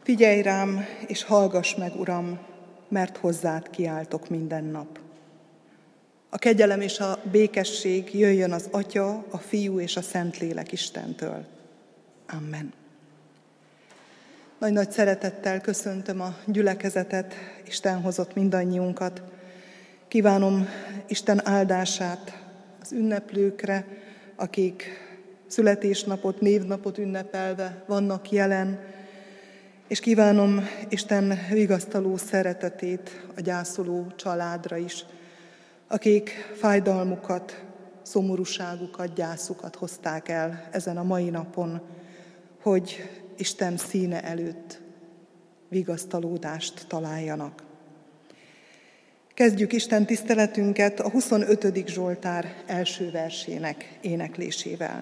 Figyelj rám, és hallgass meg, Uram, mert hozzád kiáltok minden nap. A kegyelem és a békesség jöjjön az Atya, a Fiú és a Szentlélek Istentől. Amen. Nagy-nagy szeretettel köszöntöm a gyülekezetet, Isten hozott mindannyiunkat. Kívánom Isten áldását az ünneplőkre, akik születésnapot, névnapot ünnepelve vannak jelen, és kívánom Isten vigasztaló szeretetét a gyászoló családra is, akik fájdalmukat, szomorúságukat, gyászukat hozták el ezen a mai napon, hogy Isten színe előtt vigasztalódást találjanak. Kezdjük Isten tiszteletünket a 25. Zsoltár első versének éneklésével.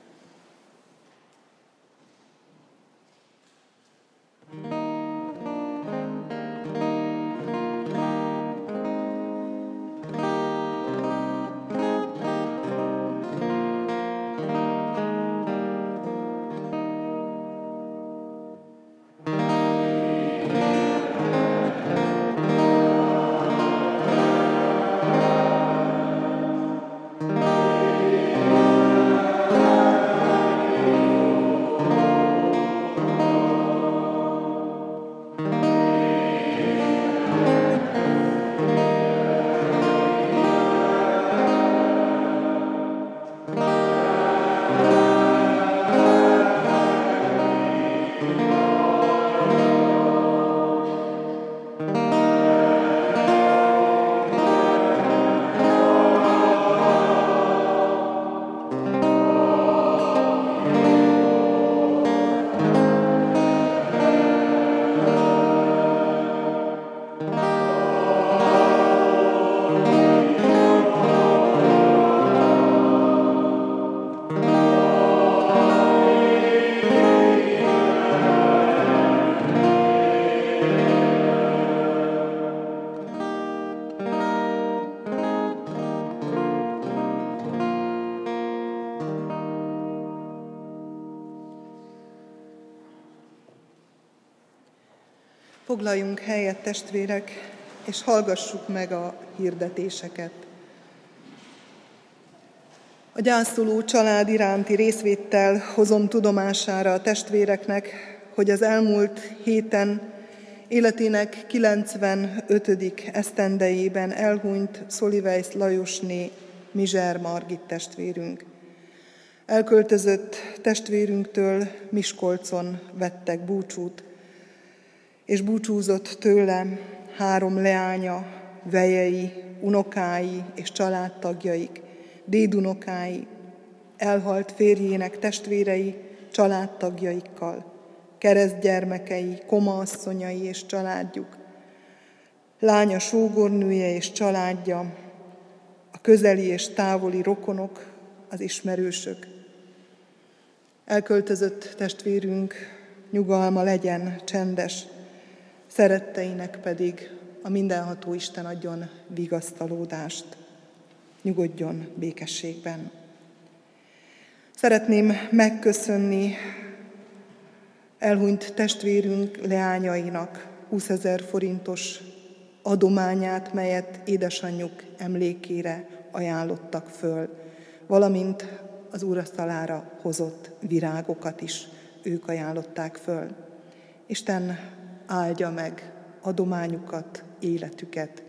Foglaljunk helyet, testvérek, és hallgassuk meg a hirdetéseket. A gyászoló család iránti részvéttel hozom tudomására a testvéreknek, hogy az elmúlt héten életének 95. esztendejében elhunyt Szolivejsz Lajosné Mizser Margit testvérünk. Elköltözött testvérünktől Miskolcon vettek búcsút, és búcsúzott tőle 3 leánya, vejei, unokái és családtagjaik, dédunokái, elhalt férjének testvérei családtagjaikkal, keresztgyermekei, komaasszonyai és családjuk, lánya sógornője és családja, a közeli és távoli rokonok, az ismerősök. Elköltözött testvérünk nyugalma legyen csendes, szeretteinek pedig a mindenható Isten adjon vigasztalódást, nyugodjon békességben. Szeretném megköszönni elhunyt testvérünk leányainak 20 000 forintos adományát, melyet édesanyjuk emlékére ajánlottak föl, valamint az úrasztalára hozott virágokat is ők ajánlották föl. Isten áldja meg adományukat, életüket.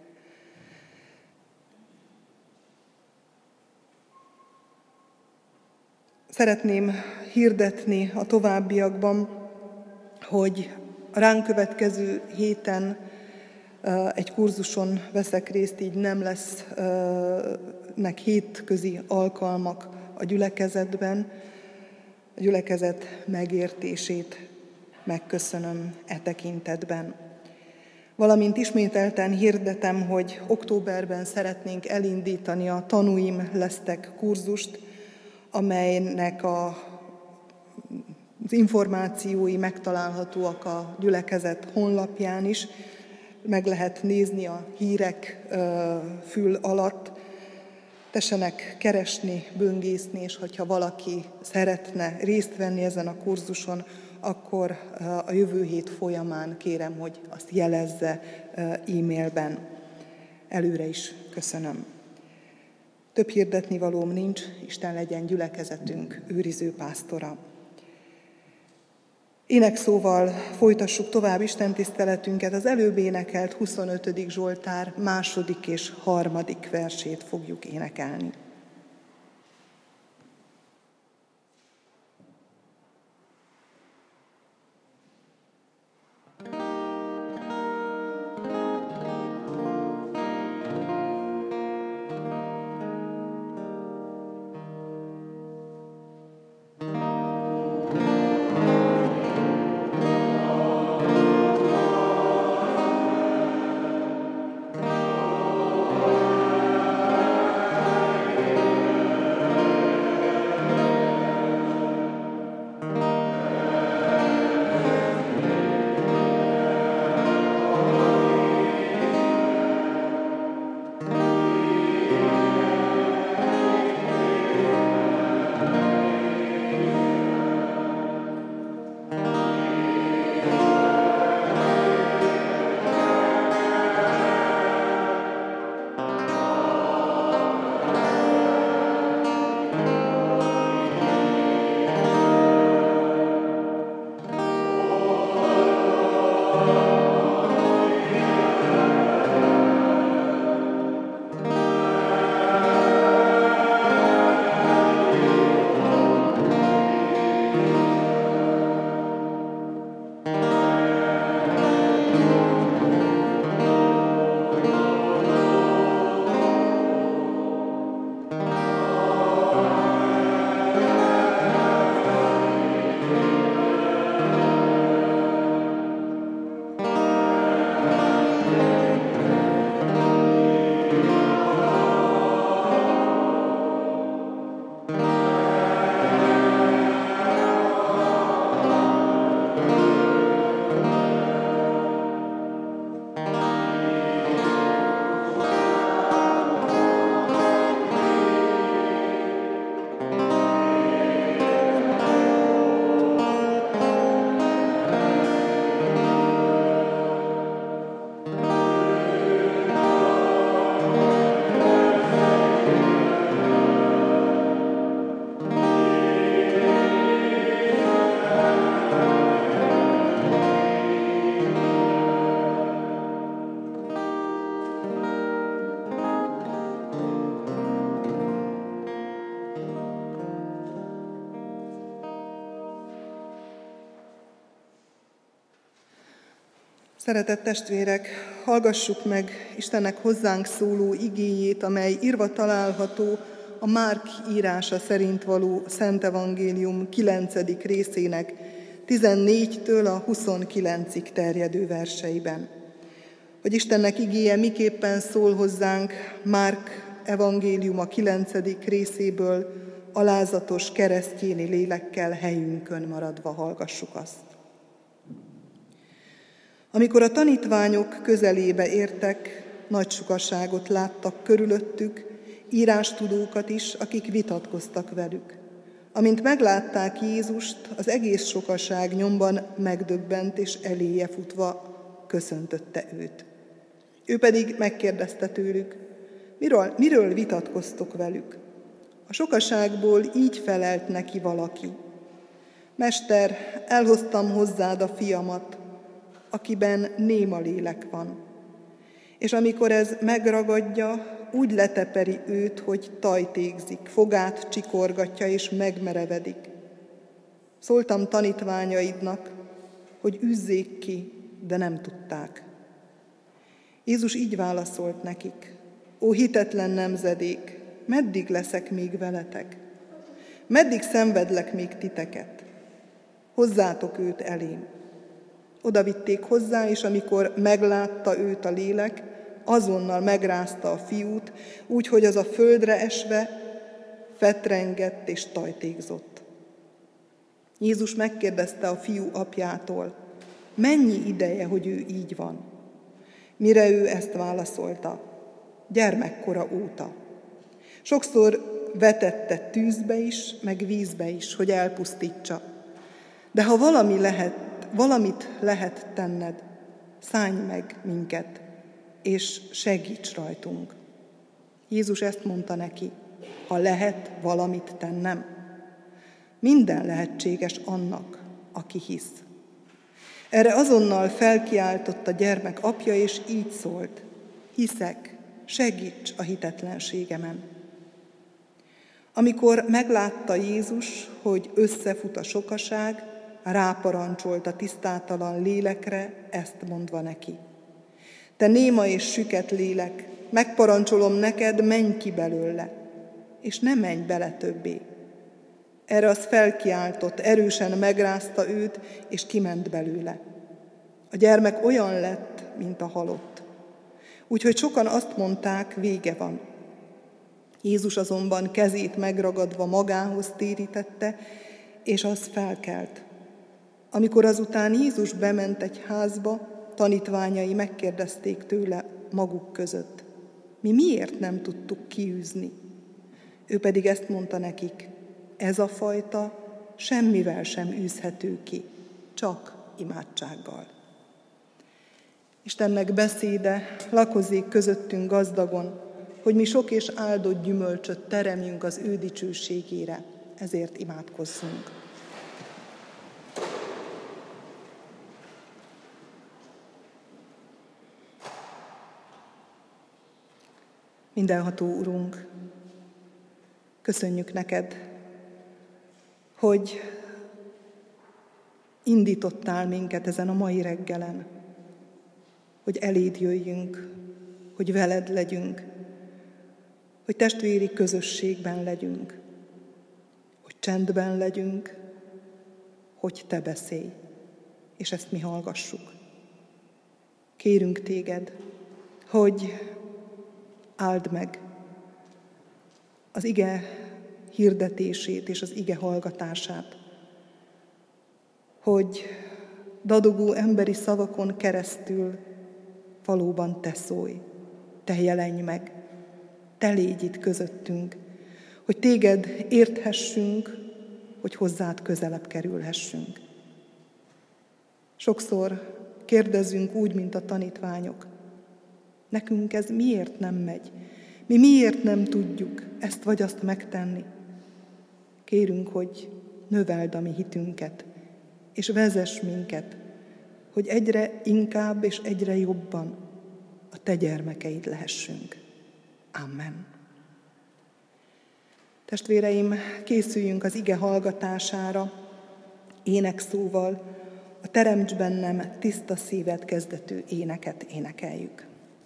Szeretném hirdetni a továbbiakban, hogy a ránk következő héten egy kurzuson veszek részt, így nem lesznek hétközi alkalmak a gyülekezetben. A gyülekezet megértését megköszönöm e tekintetben. Valamint ismételten hirdetem, hogy októberben szeretnénk elindítani a Tanúim lesztek kurzust, amelynek az információi megtalálhatóak a gyülekezet honlapján is. Meg lehet nézni a hírek fül alatt. Tessenek keresni, böngészni, és hogyha valaki szeretne részt venni ezen a kurzuson, akkor a jövő hét folyamán kérem, hogy azt jelezze e-mailben. Előre is köszönöm. Több hirdetnivalóm nincs, Isten legyen gyülekezetünk őriző pásztora. Énekszóval folytassuk tovább istentiszteletünket. Az előbb énekelt 25. Zsoltár 2. és 3. versét fogjuk énekelni. Szeretett testvérek, hallgassuk meg Istennek hozzánk szóló igéjét, amely írva található a Márk írása szerint való Szent Evangélium 9. részének 14-től a 29-ig terjedő verseiben. Hogy Istennek igéje miképpen szól hozzánk, Márk evangéliuma 9. részéből alázatos keresztjéni lélekkel helyünkön maradva hallgassuk azt. Amikor a tanítványok közelébe értek, nagy sokaságot láttak körülöttük, írástudókat is, akik vitatkoztak velük. Amint meglátták Jézust, az egész sokaság nyomban megdöbbent és eléje futva köszöntötte őt. Ő pedig megkérdezte tőlük, miről vitatkoztok velük? A sokaságból így felelt neki valaki. Mester, elhoztam hozzád a fiamat, akiben néma lélek van. És amikor ez megragadja, úgy leteperi őt, hogy tajtékzik, fogát csikorgatja és megmerevedik. Szóltam tanítványaidnak, hogy üzzék ki, de nem tudták. Jézus így válaszolt nekik, ó hitetlen nemzedék, meddig leszek még veletek? Meddig szenvedlek még titeket? Hozzátok őt elém. Oda vitték hozzá, és amikor meglátta őt a lélek, azonnal megrázta a fiút, úgy, hogy az a földre esve fetrengett és tajtékzott. Jézus megkérdezte a fiú apjától, mennyi ideje, hogy ő így van? Mire ő ezt válaszolta, gyermekkora óta. Sokszor vetette tűzbe is, meg vízbe is, hogy elpusztítsa. De ha valamit lehet tenned, szállj meg minket, és segíts rajtunk. Jézus ezt mondta neki, ha lehet valamit tennem. Minden lehetséges annak, aki hisz. Erre azonnal felkiáltott a gyermek apja, és így szólt, hiszek, segíts a hitetlenségemen. Amikor meglátta Jézus, hogy összefut a sokaság, ráparancsolt a tisztátalan lélekre, ezt mondva neki. Te néma és süket lélek, megparancsolom neked, menj ki belőle, és ne menj bele többé. Erre az felkiáltott, erősen megrázta őt, és kiment belőle. A gyermek olyan lett, mint a halott. Úgyhogy sokan azt mondták, vége van. Jézus azonban kezét megragadva magához térítette, és az felkelt. Amikor azután Jézus bement egy házba, tanítványai megkérdezték tőle maguk között. Mi miért nem tudtuk kiűzni? Ő pedig ezt mondta nekik, ez a fajta semmivel sem űzhető ki, csak imádsággal. Istennek beszéde lakozik közöttünk gazdagon, hogy mi sok és áldott gyümölcsöt teremjünk az ő dicsőségére, ezért imádkozzunk. Mindenható Urunk, köszönjük neked, hogy indítottál minket ezen a mai reggelen, hogy eléd jöjjünk, hogy veled legyünk, hogy testvéri közösségben legyünk, hogy csendben legyünk, hogy te beszélj, és ezt mi hallgassuk. Kérünk téged, hogy áld meg az ige hirdetését és az ige hallgatását, hogy dadogó emberi szavakon keresztül valóban te szólj, te jelenj meg, te légy itt közöttünk, hogy téged érthessünk, hogy hozzád közelebb kerülhessünk. Sokszor kérdezünk úgy, mint a tanítványok, nekünk ez miért nem megy? Mi miért nem tudjuk ezt vagy azt megtenni? Kérünk, hogy növeld a mi hitünket, és vezess minket, hogy egyre inkább és egyre jobban a te gyermekeid lehessünk. Amen. Testvéreim, készüljünk az ige hallgatására, énekszóval, a Teremts bennem tiszta szívet kezdetű éneket énekeljük.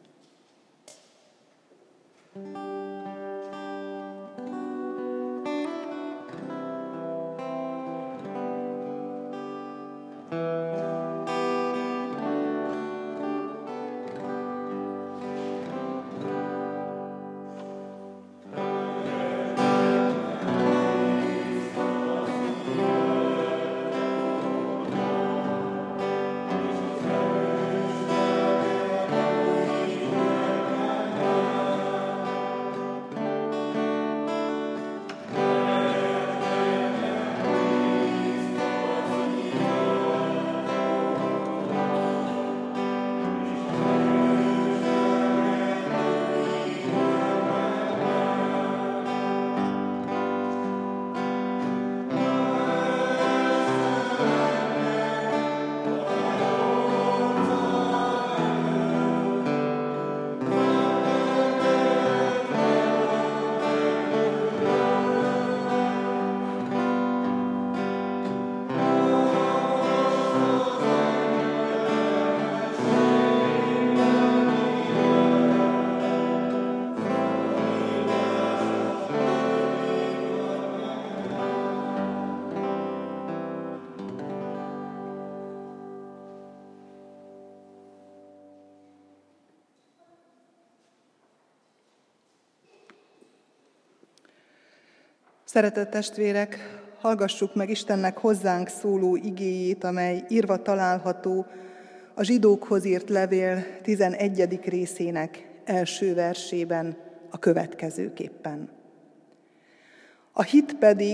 Szeretett testvérek, hallgassuk meg Istennek hozzánk szóló igéjét, amely írva található a Zsidókhoz írt levél 11. részének első versében a következőképpen. A hit pedig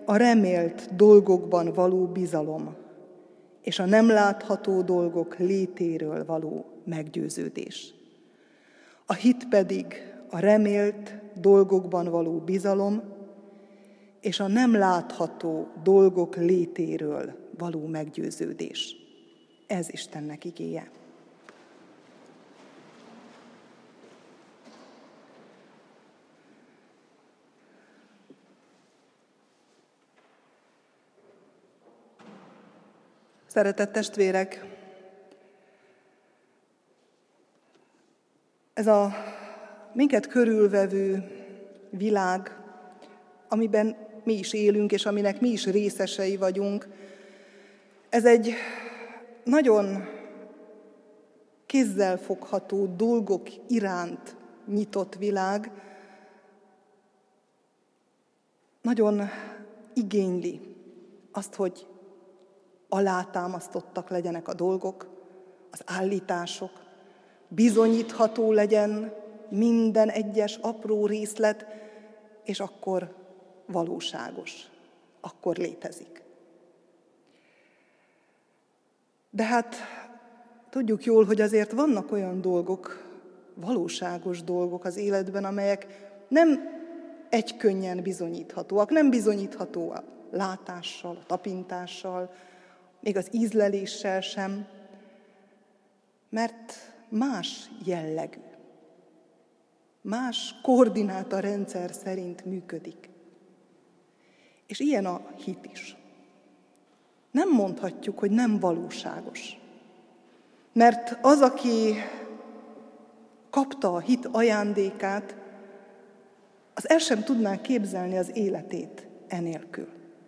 a remélt dolgokban való bizalom, és a nem látható dolgok létéről való meggyőződés. A hit pedig a remélt dolgokban való bizalom, és a nem látható dolgok létéről való meggyőződés. Ez Istennek igéje. Szeretett testvérek, ez a minket körülvevő világ, amiben mi is élünk, és aminek mi is részesei vagyunk, ez egy nagyon kézzelfogható dolgok iránt nyitott világ, nagyon igényli azt, hogy alátámasztottak legyenek a dolgok, az állítások, bizonyítható legyen minden egyes apró részlet, és akkor valóságos, akkor létezik. De hát tudjuk jól, hogy azért vannak olyan dolgok, valóságos dolgok az életben, amelyek nem egykönnyen bizonyíthatóak, nem bizonyítható a látással, a tapintással, még az ízleléssel sem, mert más jellegű, más koordinátarendszer szerint működik. És ilyen a hit is. Nem mondhatjuk, hogy nem valóságos. Mert az, aki kapta a hit ajándékát, az el sem tudná képzelni az életét enélkül.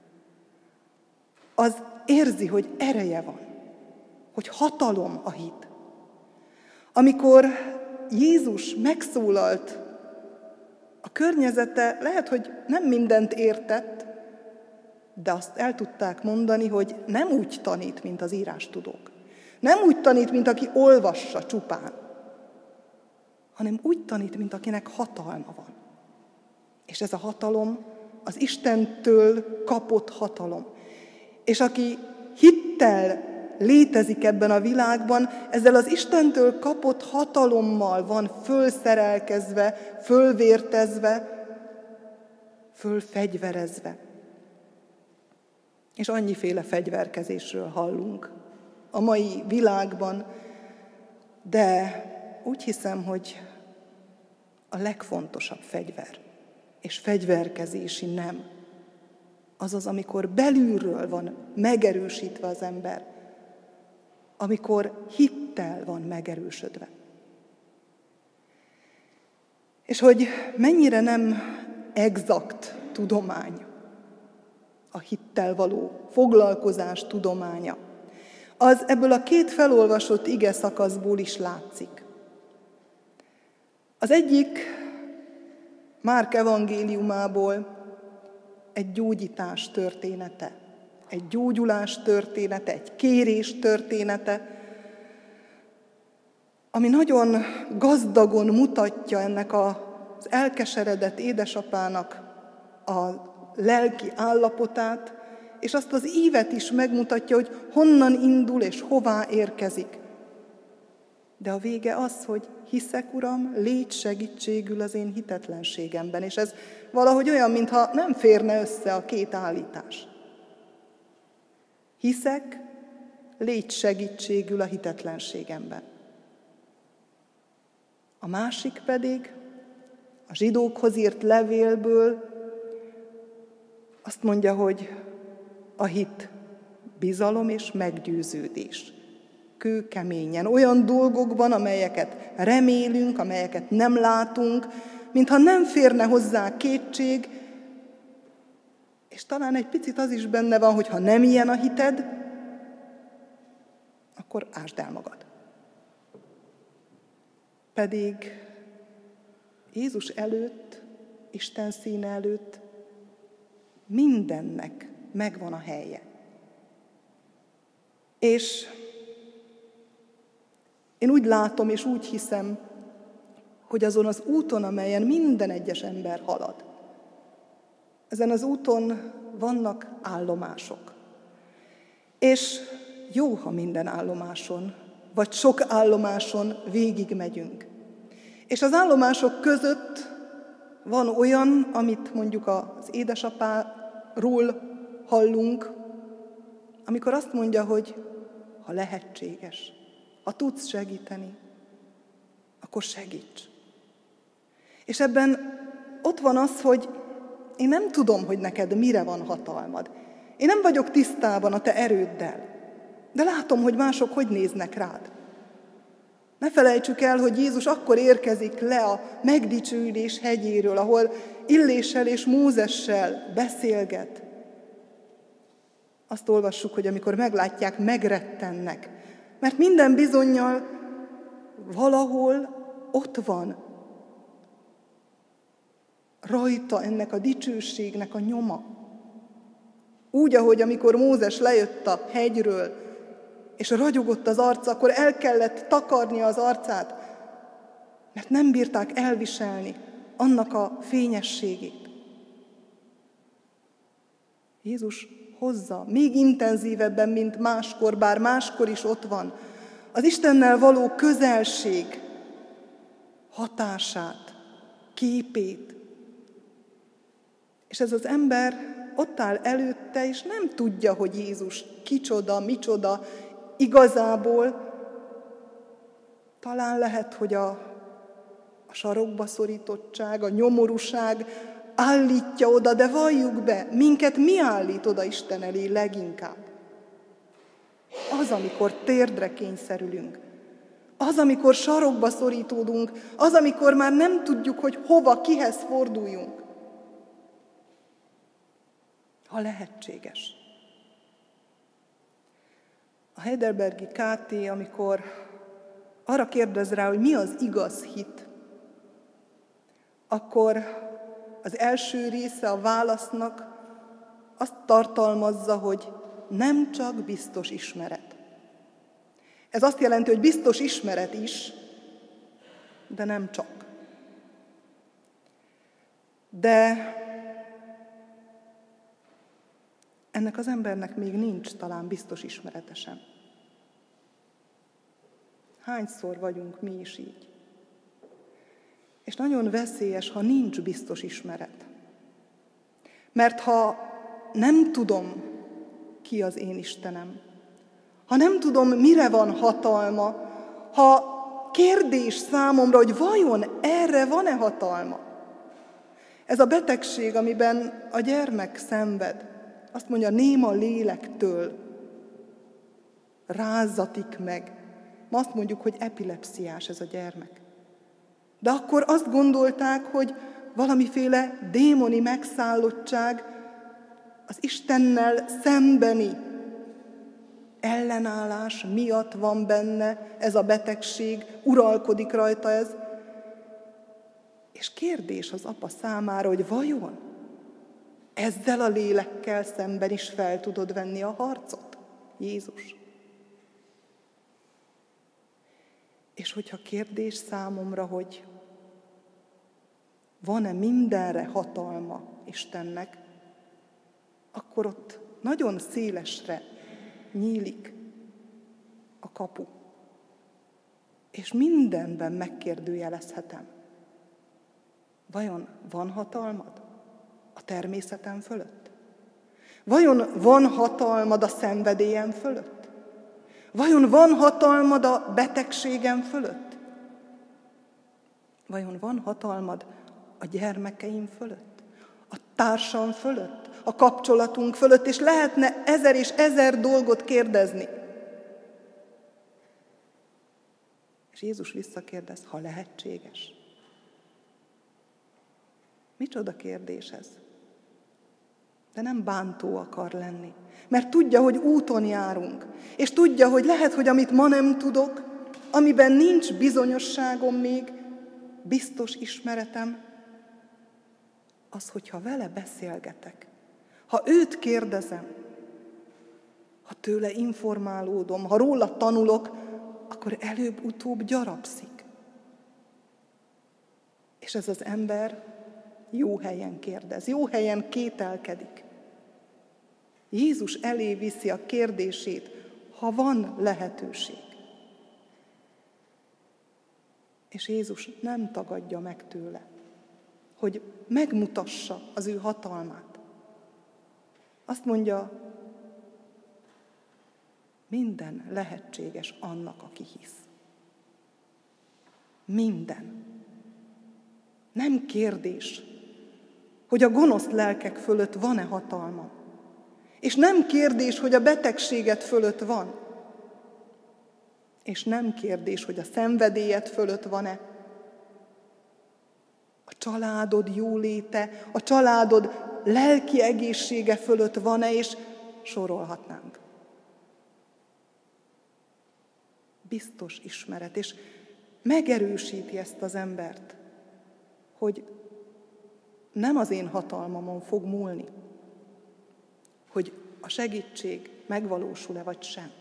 Az érzi, hogy ereje van, hogy hatalom a hit. Amikor Jézus megszólalt, a környezete lehet, hogy nem mindent értett, de azt el tudták mondani, hogy nem úgy tanít, mint az írástudók. Nem úgy tanít, mint aki olvassa csupán, hanem úgy tanít, mint akinek hatalma van. És ez a hatalom az Istentől kapott hatalom. És aki hittel létezik ebben a világban, ezzel az Istentől kapott hatalommal van fölszerelkezve, fölvértezve, fölfegyverezve. És annyiféle fegyverkezésről hallunk a mai világban, de úgy hiszem, hogy a legfontosabb fegyver és fegyverkezési nem az, amikor belülről van megerősítve az ember, amikor hittel van megerősödve. És hogy mennyire nem egzakt tudomány a hittel való foglalkozás tudománya, az ebből a két felolvasott ige szakaszból is látszik. Az egyik Márk evangéliumából egy gyógyítás története, egy gyógyulás története, egy kérés története, ami nagyon gazdagon mutatja ennek az elkeseredett édesapának a lelki állapotát, és azt az ívet is megmutatja, hogy honnan indul és hová érkezik. De a vége az, hogy hiszek, Uram, légy segítségül az én hitetlenségemben. És ez valahogy olyan, mintha nem férne össze a két állítás. Hiszek, légy segítségül a hitetlenségemben. A másik pedig a zsidókhoz írt levélből azt mondja, hogy a hit bizalom és meggyőződés. Kőkeményen, olyan dolgokban, amelyeket remélünk, amelyeket nem látunk, mintha nem férne hozzá kétség, és talán egy picit az is benne van, hogy ha nem ilyen a hited, akkor ásd el magad. Pedig Jézus előtt, Isten színe előtt mindennek megvan a helye. És én úgy látom és úgy hiszem, hogy azon az úton, amelyen minden egyes ember halad, Ezen az úton vannak állomások. És jó, ha minden állomáson, vagy sok állomáson végigmegyünk. És az állomások között van olyan, amit mondjuk az édesapáról hallunk, amikor azt mondja, hogy ha lehetséges, ha tudsz segíteni, akkor segíts. És ebben ott van az, hogy én nem tudom, hogy neked mire van hatalmad. Én nem vagyok tisztában a te erőddel, de látom, hogy mások hogy néznek rád. Ne felejtsük el, hogy Jézus akkor érkezik le a megdicsőülés hegyéről, ahol Illéssel és Mózessel beszélget. Azt olvassuk, hogy amikor meglátják, megrettennek, mert minden bizonnyal valahol ott van rajta ennek a dicsőségnek a nyoma. Úgy, ahogy amikor Mózes lejött a hegyről, és ragyogott az arca, akkor el kellett takarnia az arcát, mert nem bírták elviselni annak a fényességét. Jézus hozza még intenzívebben, mint máskor, bár máskor is ott van, az Istennel való közelség hatását, képét. És ez az ember ott áll előtte, és nem tudja, hogy Jézus kicsoda, micsoda, igazából. Talán lehet, hogy a sarokba szorítottság, a nyomorúság állítja oda, de valljuk be, minket mi állít oda Isten elé leginkább? Az, amikor térdre kényszerülünk. Az, amikor sarokba szorítódunk. Az, amikor már nem tudjuk, hogy hova, kihez forduljunk. Ha lehetséges. A Heidelbergi KT, amikor arra kérdez rá, hogy mi az igaz hit, akkor az első része a válasznak azt tartalmazza, hogy nem csak biztos ismeret. Ez azt jelenti, hogy biztos ismeret is, de nem csak. De ennek az embernek még nincs talán biztos ismerete sem. Hányszor vagyunk mi is így? És nagyon veszélyes, ha nincs biztos ismeret. Mert ha nem tudom, ki az én Istenem, ha nem tudom, mire van hatalma, ha kérdés számomra, hogy vajon erre van-e hatalma. Ez a betegség, amiben a gyermek szenved, azt mondja, néma lélektől rázzatik meg. Ma azt mondjuk, hogy epilepsziás ez a gyermek. De akkor azt gondolták, hogy valamiféle démoni megszállottság, az Istennel szembeni ellenállás miatt van benne ez a betegség, uralkodik rajta ez. És kérdés az apa számára, hogy vajon ezzel a lélekkel szemben is fel tudod venni a harcot, Jézus? És hogyha kérdés számomra, hogy van-e mindenre hatalma Istennek, akkor ott nagyon szélesre nyílik a kapu. És mindenben megkérdőjelezhetem. Vajon van hatalmad a természetem fölött? Vajon van hatalmad a szenvedélyem fölött? Vajon van hatalmad a betegségem fölött? Vajon van hatalmad a gyermekeim fölött? A társam fölött? A kapcsolatunk fölött? És lehetne 1000 és 1000 dolgot kérdezni. És Jézus visszakérdez, ha lehetséges. Micsoda kérdés ez? De nem bántó akar lenni. Mert tudja, hogy úton járunk. És tudja, hogy lehet, hogy amit ma nem tudok, amiben nincs bizonyosságom még, biztos ismeretem, az, hogyha vele beszélgetek, ha őt kérdezem, ha tőle informálódom, ha róla tanulok, akkor előbb-utóbb gyarapszik. És ez az ember jó helyen kérdez, jó helyen kételkedik. Jézus elé viszi a kérdését, ha van lehetőség. És Jézus nem tagadja meg tőle, hogy megmutassa az ő hatalmát. Azt mondja, minden lehetséges annak, aki hisz. Minden. Nem kérdés, hogy a gonosz lelkek fölött van-e hatalma. És nem kérdés, hogy a betegséget fölött van. És nem kérdés, hogy a szenvedélyed fölött van-e. A családod jóléte, a családod lelki egészsége fölött van-e, és sorolhatnánk. Biztos ismeret, és megerősíti ezt az embert, hogy nem az én hatalmamon fog múlni, hogy a segítség megvalósul-e vagy sem.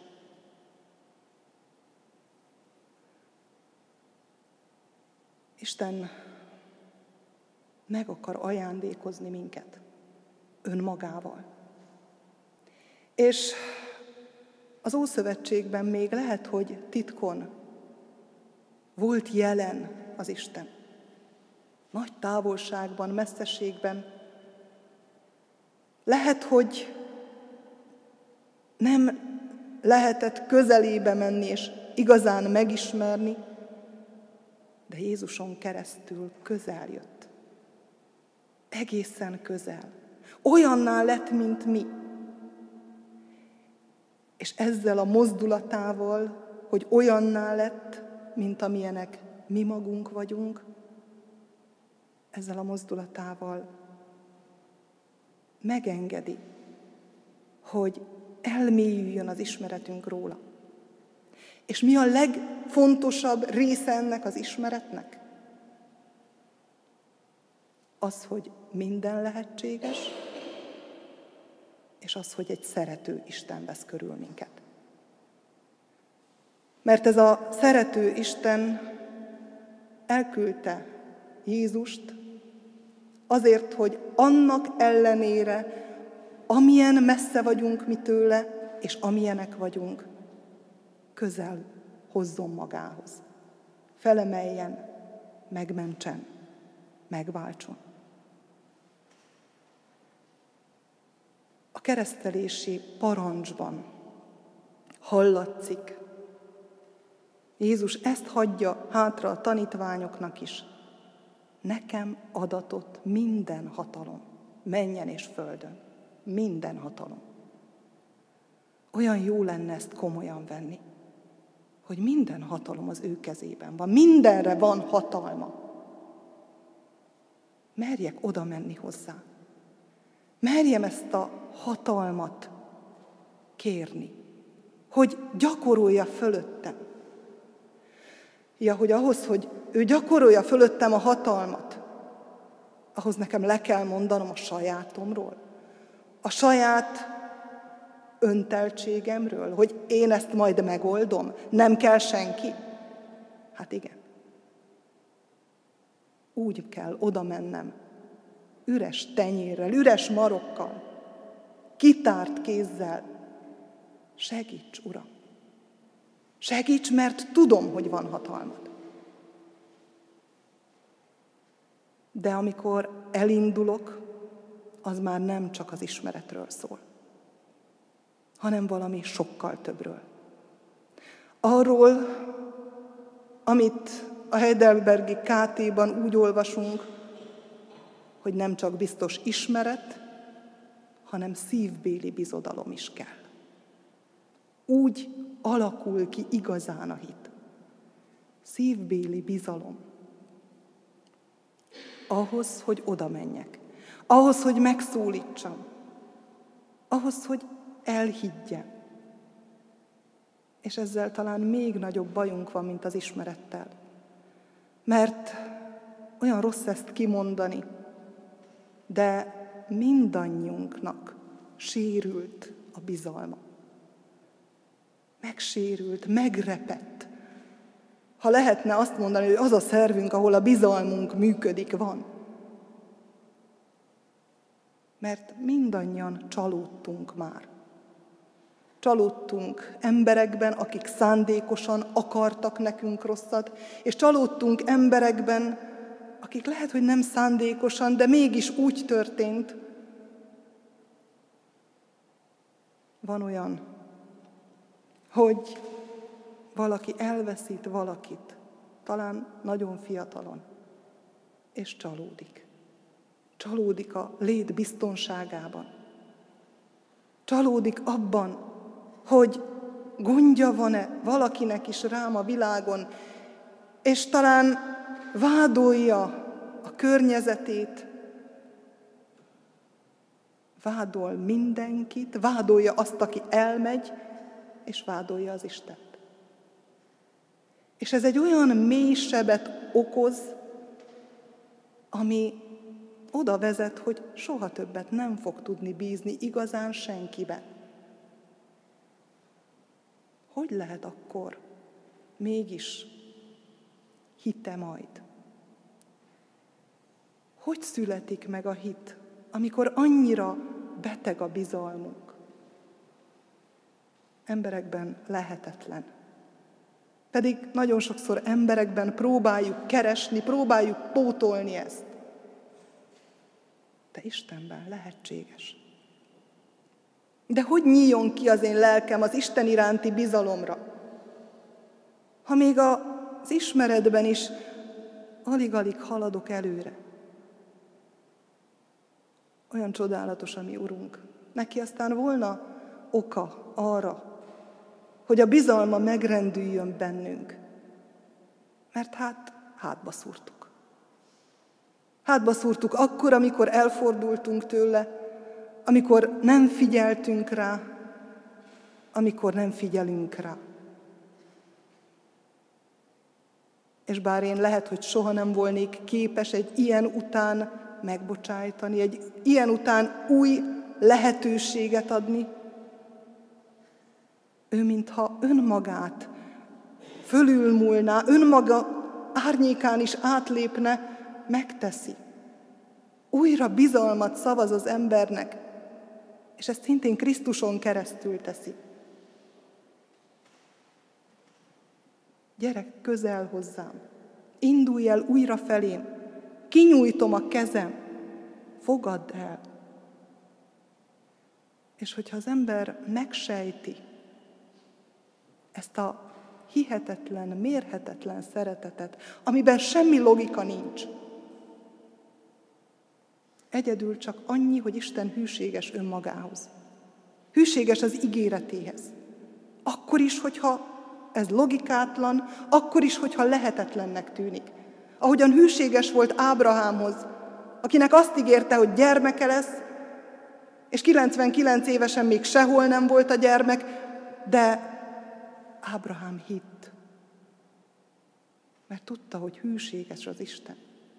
Isten meg akar ajándékozni minket önmagával. És az Ószövetségben még lehet, hogy titkon volt jelen az Isten. Nagy távolságban, messzeségben. Lehet, hogy nem lehetett közelébe menni és igazán megismerni, de Jézuson keresztül közel jött. Egészen közel. Olyanná lett, mint mi. És ezzel a mozdulatával, hogy olyanná lett, mint amilyenek mi magunk vagyunk, ezzel a mozdulatával megengedi, hogy elmélyüljön az ismeretünk róla. És mi a legfontosabb része ennek az ismeretnek? Az, hogy minden lehetséges, és az, hogy egy szerető Isten vesz körül minket. Mert ez a szerető Isten elküldte Jézust azért, hogy annak ellenére, amilyen messze vagyunk mi tőle, és amilyenek vagyunk, közel hozzon magához. Felemeljen, megmentsen, megváltson. A keresztelési parancsban hallatszik, Jézus ezt hagyja hátra a tanítványoknak is. Nekem adatott minden hatalom, mennyen és földön. Minden hatalom. Olyan jó lenne ezt komolyan venni, hogy minden hatalom az ő kezében van. Mindenre van hatalma. Merjek oda menni hozzá. Merjem ezt a hatalmat kérni, hogy gyakorolja fölöttem. Ja, hogy ahhoz, hogy ő gyakorolja fölöttem a hatalmat, ahhoz nekem le kell mondanom a sajátomról, a saját önteltségemről, hogy én ezt majd megoldom, nem kell senki. Hát igen. Úgy kell oda mennem, üres tenyérrel, üres marokkal, kitárt kézzel. Segíts, Uram! Segíts, mert tudom, hogy van hatalmad. De amikor elindulok, az már nem csak az ismeretről szól, hanem valami sokkal többről. Arról, amit a Heidelbergi KT-ban úgy olvasunk, hogy nem csak biztos ismeret, hanem szívbéli bizodalom is kell. Úgy alakul ki igazán a hit. Szívbéli bizalom. Ahhoz, hogy oda menjek. Ahhoz, hogy megszólítsam. Ahhoz, hogy elhiggyem. És ezzel talán még nagyobb bajunk van, mint az ismerettel. Mert olyan rossz ezt kimondani, de mindannyiunknak sérült a bizalma. Megsérült, megrepett. Ha lehetne azt mondani, hogy az a szervünk, ahol a bizalmunk működik, van. Mert mindannyian csalódtunk már. Csalódtunk emberekben, akik szándékosan akartak nekünk rosszat, és csalódtunk emberekben, akik lehet, hogy nem szándékosan, de mégis úgy történt. Van olyan, hogy valaki elveszít valakit, talán nagyon fiatalon, és csalódik. Csalódik a lét biztonságában. Csalódik abban, hogy gondja van-e valakinek is rám a világon, és talán vádolja a környezetét, vádol mindenkit, vádolja azt, aki elmegy, és vádolja az Istent. És ez egy olyan mély sebet okoz, ami oda vezet, hogy soha többet nem fog tudni bízni igazán senkiben. Hogy lehet akkor mégis hite majd? Hogy születik meg a hit, amikor annyira beteg a bizalmunk? Emberekben lehetetlen. Pedig nagyon sokszor emberekben próbáljuk keresni, próbáljuk pótolni ezt. De Istenben lehetséges. De hogy nyíljon ki az én lelkem az Isten iránti bizalomra? Ha még az ismeretben is alig-alig haladok előre. Olyan csodálatos a mi Urunk. Neki aztán volna oka arra, hogy a bizalma megrendüljön bennünk. Mert hátba szúrtuk. Hátba szúrtuk akkor, amikor elfordultunk tőle, amikor nem figyeltünk rá, amikor nem figyelünk rá. És bár én lehet, hogy soha nem volnék képes egy ilyen után megbocsájtani, egy ilyen után új lehetőséget adni, ő mintha önmagát fölülmúlná, önmaga árnyékán is átlépne, megteszi. Újra bizalmat szavaz az embernek, és ezt szintén Krisztuson keresztül teszi. Gyere közel hozzám, indulj el újra felém, kinyújtom a kezem, fogadd el. És hogyha az ember megsejti ezt a hihetetlen, mérhetetlen szeretetet, amiben semmi logika nincs, egyedül csak annyi, hogy Isten hűséges önmagához. Hűséges az ígéretéhez. Akkor is, hogyha ez logikátlan, akkor is, hogyha lehetetlennek tűnik. Ahogyan hűséges volt Ábrahámhoz, akinek azt ígérte, hogy gyermeke lesz, és 99 évesen még sehol nem volt a gyermek, de Ábrahám hitt, mert tudta, hogy hűséges az Isten.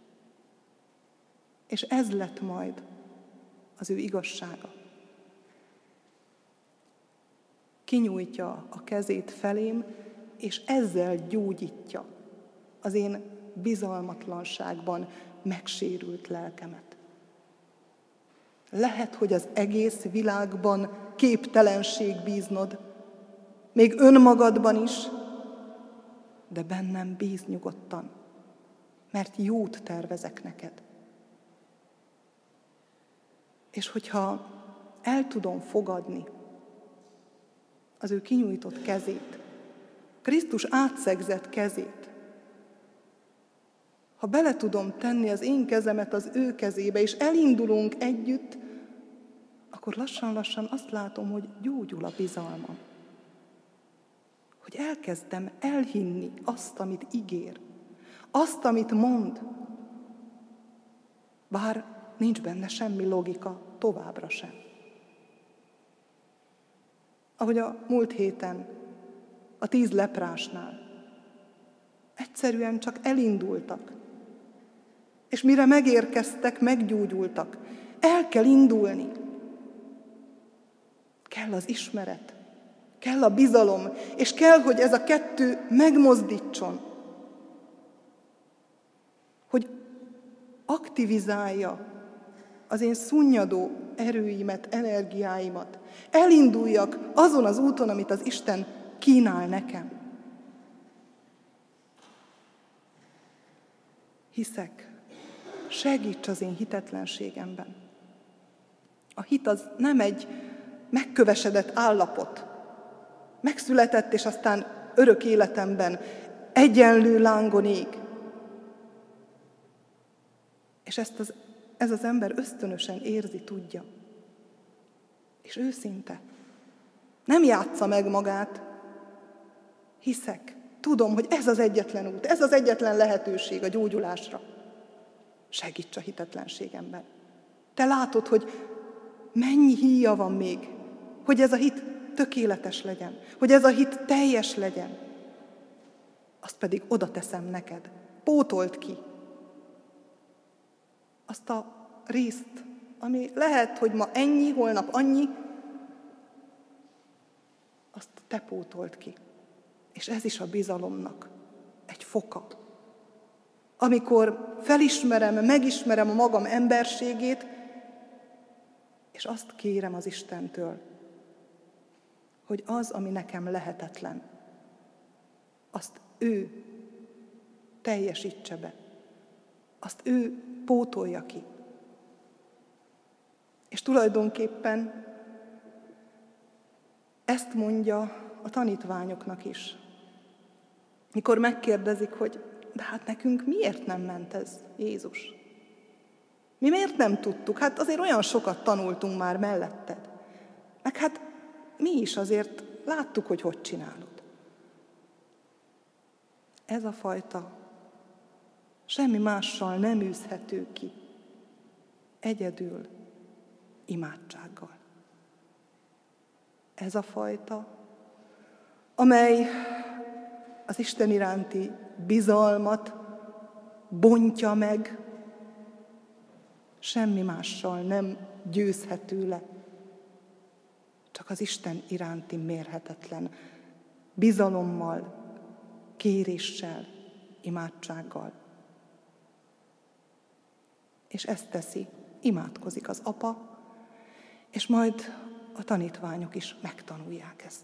És ez lett majd az ő igazsága. Kinyújtja a kezét felém, és ezzel gyógyítja az én bizalmatlanságban megsérült lelkemet. Lehet, hogy az egész világban képtelenség bíznod, még önmagadban is, de bennem bíz nyugodtan, mert jót tervezek neked. És hogyha el tudom fogadni az ő kinyújtott kezét, Krisztus átszegzett kezét, ha bele tudom tenni az én kezemet az ő kezébe, és elindulunk együtt, akkor lassan-lassan azt látom, hogy gyógyul a bizalmam. Hogy elkezdem elhinni azt, amit ígér, azt, amit mond, bár nincs benne semmi logika, továbbra sem. Ahogy a múlt héten, a 10 leprásnál, egyszerűen csak elindultak, és mire megérkeztek, meggyógyultak. El kell indulni. Kell az ismeret, kell a bizalom, és kell, hogy ez a kettő megmozdítson. Hogy aktivizálja az én szunnyadó erőimet, energiáimat, elinduljak azon az úton, amit az Isten kínál nekem. Hiszek, segíts az én hitetlenségemben. A hit az nem egy megkövesedett állapot, megszületett, és aztán örök életemben egyenlő lángon ég. És ez az ember ösztönösen érzi, tudja. És őszinte. Nem játsza meg magát. Hiszek, tudom, hogy ez az egyetlen út, ez az egyetlen lehetőség a gyógyulásra. Segíts a hitetlenségemben. Te látod, hogy mennyi híja van még, hogy ez a hit tökéletes legyen, hogy ez a hit teljes legyen. Azt pedig oda teszem neked. Pótold ki. Azt a részt, ami lehet, hogy ma ennyi, holnap annyi, azt te pótold ki. És ez is a bizalomnak egy foka. Amikor felismerem, megismerem a magam emberségét, és azt kérem az Istentől, hogy az, ami nekem lehetetlen, azt ő teljesítse be. Azt ő pótolja ki. És tulajdonképpen ezt mondja a tanítványoknak is. Mikor megkérdezik, hogy de hát nekünk miért nem ment ez, Jézus? Mi miért nem tudtuk? Hát azért olyan sokat tanultunk már melletted. Meg hát mi is azért láttuk, hogy csinálod. Ez a fajta semmi mással nem űzhető ki. Egyedül imádsággal. Ez a fajta, amely az Isten iránti bizalmat bontja meg, semmi mással nem győzhető le. Csak az Isten iránti mérhetetlen bizalommal, kéréssel, imádsággal. És ezt teszi, imádkozik az apa, és majd a tanítványok is megtanulják ezt.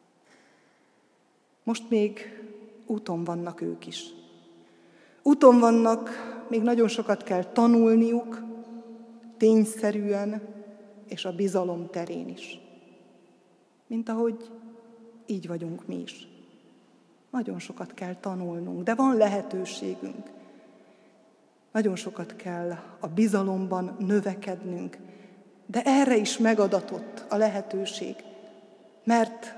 Most még úton vannak ők is. Úton vannak, még nagyon sokat kell tanulniuk, tényszerűen, és a bizalom terén is. Mint ahogy így vagyunk mi is. Nagyon sokat kell tanulnunk, de van lehetőségünk. Nagyon sokat kell a bizalomban növekednünk, de erre is megadatott a lehetőség, mert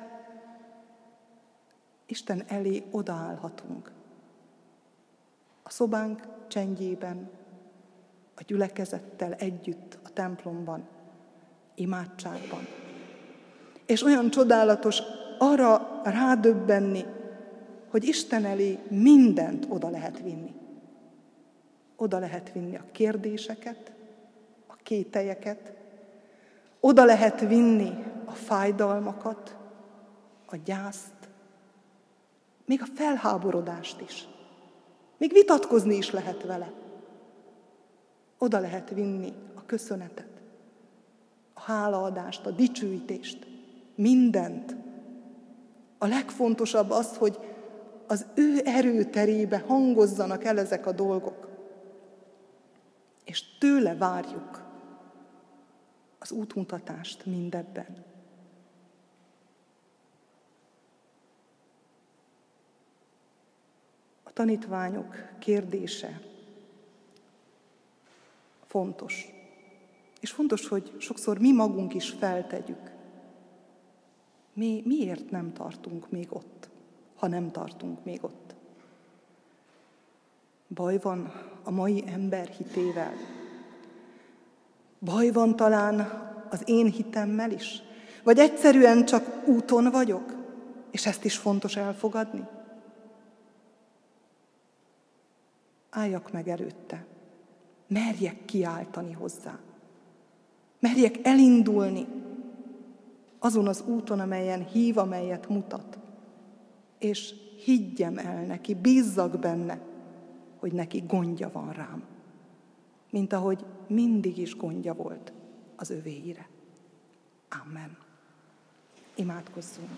Isten elé odaállhatunk. A szobánk csendjében, a gyülekezettel együtt a templomban, imádságban. És olyan csodálatos arra rádöbbenni, hogy Isten elé mindent oda lehet vinni. Oda lehet vinni a kérdéseket, a kételyeket, oda lehet vinni a fájdalmakat, a gyászt, még a felháborodást is. Még vitatkozni is lehet vele. Oda lehet vinni a köszönetet, a hálaadást, a dicsőítést, mindent. A legfontosabb az, hogy az ő erőterébe hangozzanak el ezek a dolgok. És tőle várjuk az útmutatást mindebben. A tanítványok kérdése fontos. És fontos, hogy sokszor mi magunk is feltegyük. Mi miért nem tartunk még ott, ha nem tartunk még ott? Baj van a mai ember hitével. Baj van talán az én hitemmel is? Vagy egyszerűen csak úton vagyok, és ezt is fontos elfogadni? Álljak meg előtte. Merjek kiáltani hozzá. Merjek elindulni azon az úton, amelyen hív, amelyet mutat. És higgyem el neki, bízzak benne, hogy neki gondja van rám. mint ahogy mindig is gondja volt az övéire. Amen. Imádkozzunk.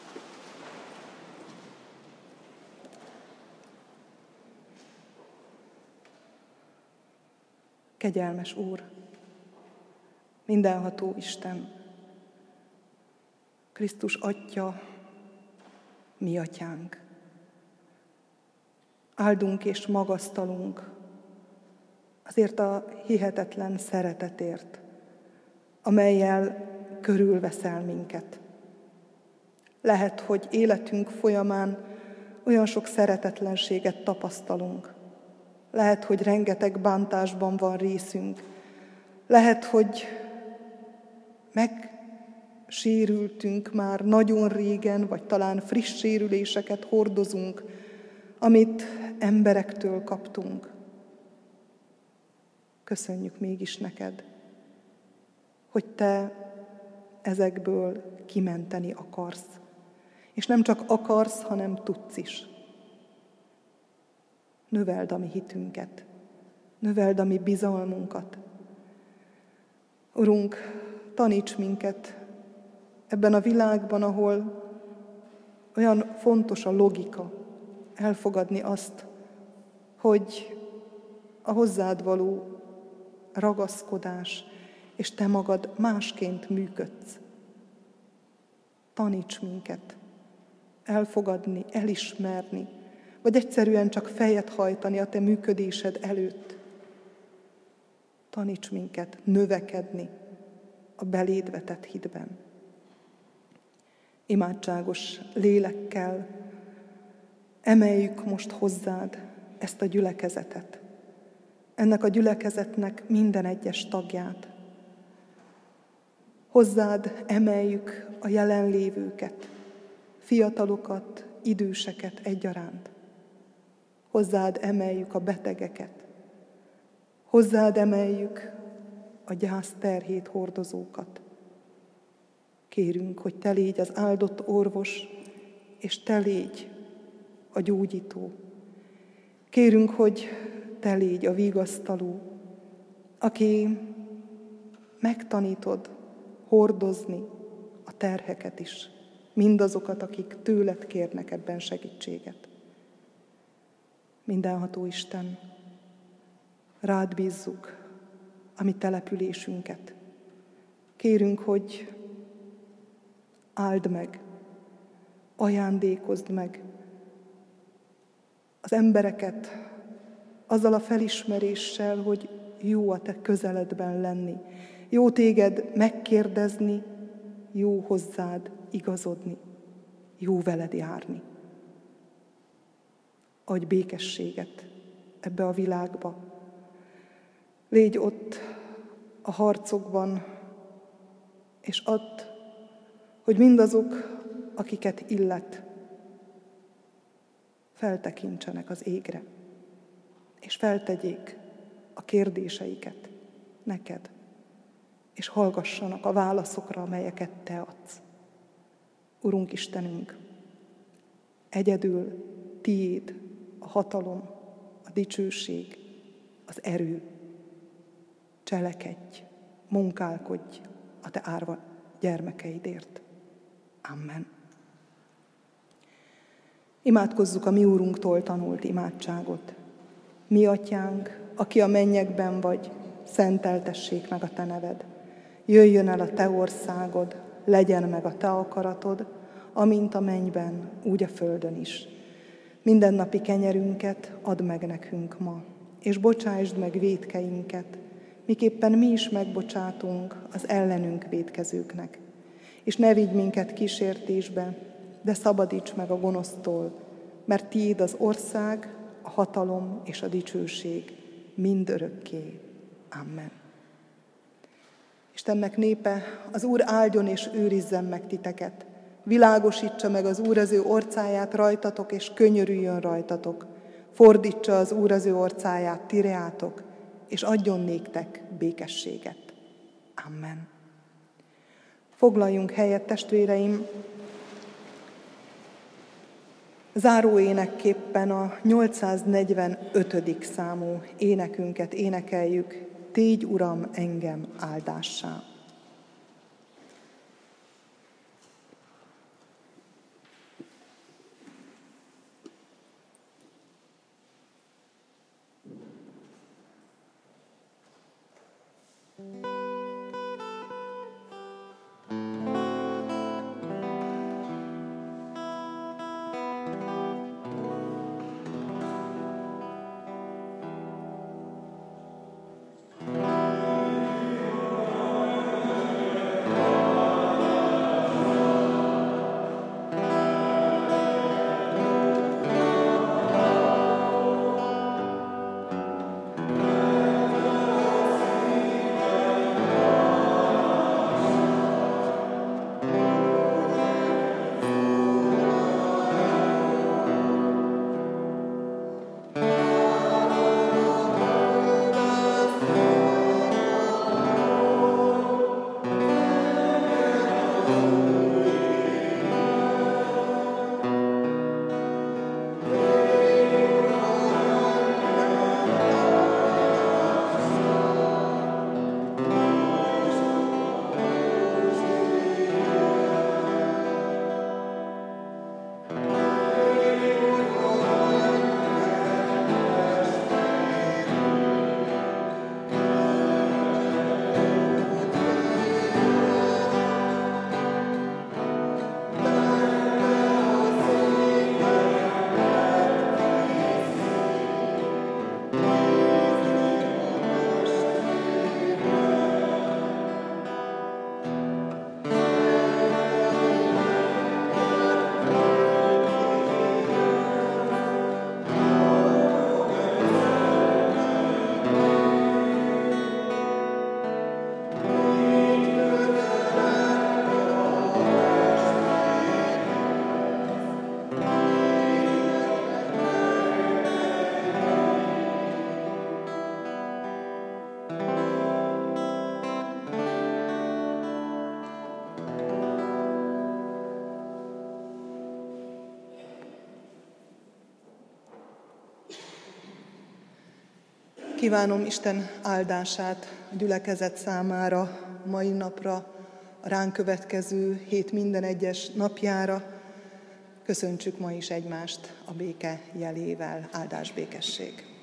Kegyelmes Úr, mindenható Isten, Krisztus Atya, mi Atyánk. Áldunk és magasztalunk azért a hihetetlen szeretetért, amellyel körülveszel minket. Lehet, hogy életünk folyamán olyan sok szeretetlenséget tapasztalunk. Lehet, hogy rengeteg bántásban van részünk. Lehet, hogy megsérültünk már nagyon régen, vagy talán friss sérüléseket hordozunk, amit emberektől kaptunk. Köszönjük mégis neked, hogy te ezekből kimenteni akarsz. És nem csak akarsz, hanem tudsz is. Növeld a mi hitünket, növeld a mi bizalmunkat. Urunk, taníts minket ebben a világban, ahol olyan fontos a logika, elfogadni azt, hogy a hozzád való ragaszkodás, és te magad másként működsz. Taníts minket elfogadni, elismerni, vagy egyszerűen csak fejet hajtani a te működésed előtt. Taníts minket növekedni a beléd vetett hitben. Imádságos lélekkel emeljük most hozzád ezt a gyülekezetet, ennek a gyülekezetnek minden egyes tagját. Hozzád emeljük a jelenlévőket, fiatalokat, időseket egyaránt. Hozzád emeljük a betegeket. Hozzád emeljük a gyász terhét hordozókat. Kérünk, hogy te légy az áldott orvos, és te légy a gyógyító. Kérünk, hogy te légy a vigasztaló, aki megtanítod hordozni a terheket is, mindazokat, akik tőled kérnek ebben segítséget. Mindenható Isten, rád bízzuk a mi településünket. Kérünk, hogy áld meg, ajándékozd meg az embereket azzal a felismeréssel, hogy jó a te közeledben lenni, jó téged megkérdezni, jó hozzád igazodni, jó veled járni. Adj békességet ebbe a világba. Légy ott a harcokban, és add, hogy mindazok, akiket illet, feltekintsenek az égre, és feltegyék a kérdéseiket neked, és hallgassanak a válaszokra, amelyeket te adsz. Urunk Istenünk, egyedül tiéd a hatalom, a dicsőség, az erő. Cselekedj, munkálkodj a te árva gyermekeidért. Amen. Imádkozzuk a mi Úrunktól tanult imádságot. Mi Atyánk, aki a mennyekben vagy, szenteltessék meg a te neved. Jöjjön el a te országod, legyen meg a te akaratod, amint a mennyben, úgy a földön is. Mindennapi kenyerünket add meg nekünk ma, és bocsásd meg vétkeinket, miképpen mi is megbocsátunk az ellenünk vétkezőknek. És ne vigy minket kísértésbe, de szabadíts meg a gonosztól, mert tiéd az ország, a hatalom és a dicsőség mindörökké. Amen. Istennek népe, az Úr áldjon és őrizzen meg titeket. Világosítsa meg az Úr az ő orcáját rajtatok, és könyörüljön rajtatok. Fordítsa az Úr az ő orcáját tireátok, és adjon néktek békességet. Amen. Foglaljunk helyet, testvéreim. Záróénekképpen a 845. számú énekünket énekeljük, Tégy, Uram, engem áldássá. Kívánom Isten áldását a gyülekezet számára mai napra, a ránk következő hét minden egyes napjára. Köszöntsük ma is egymást a béke jelével. Áldás, békesség!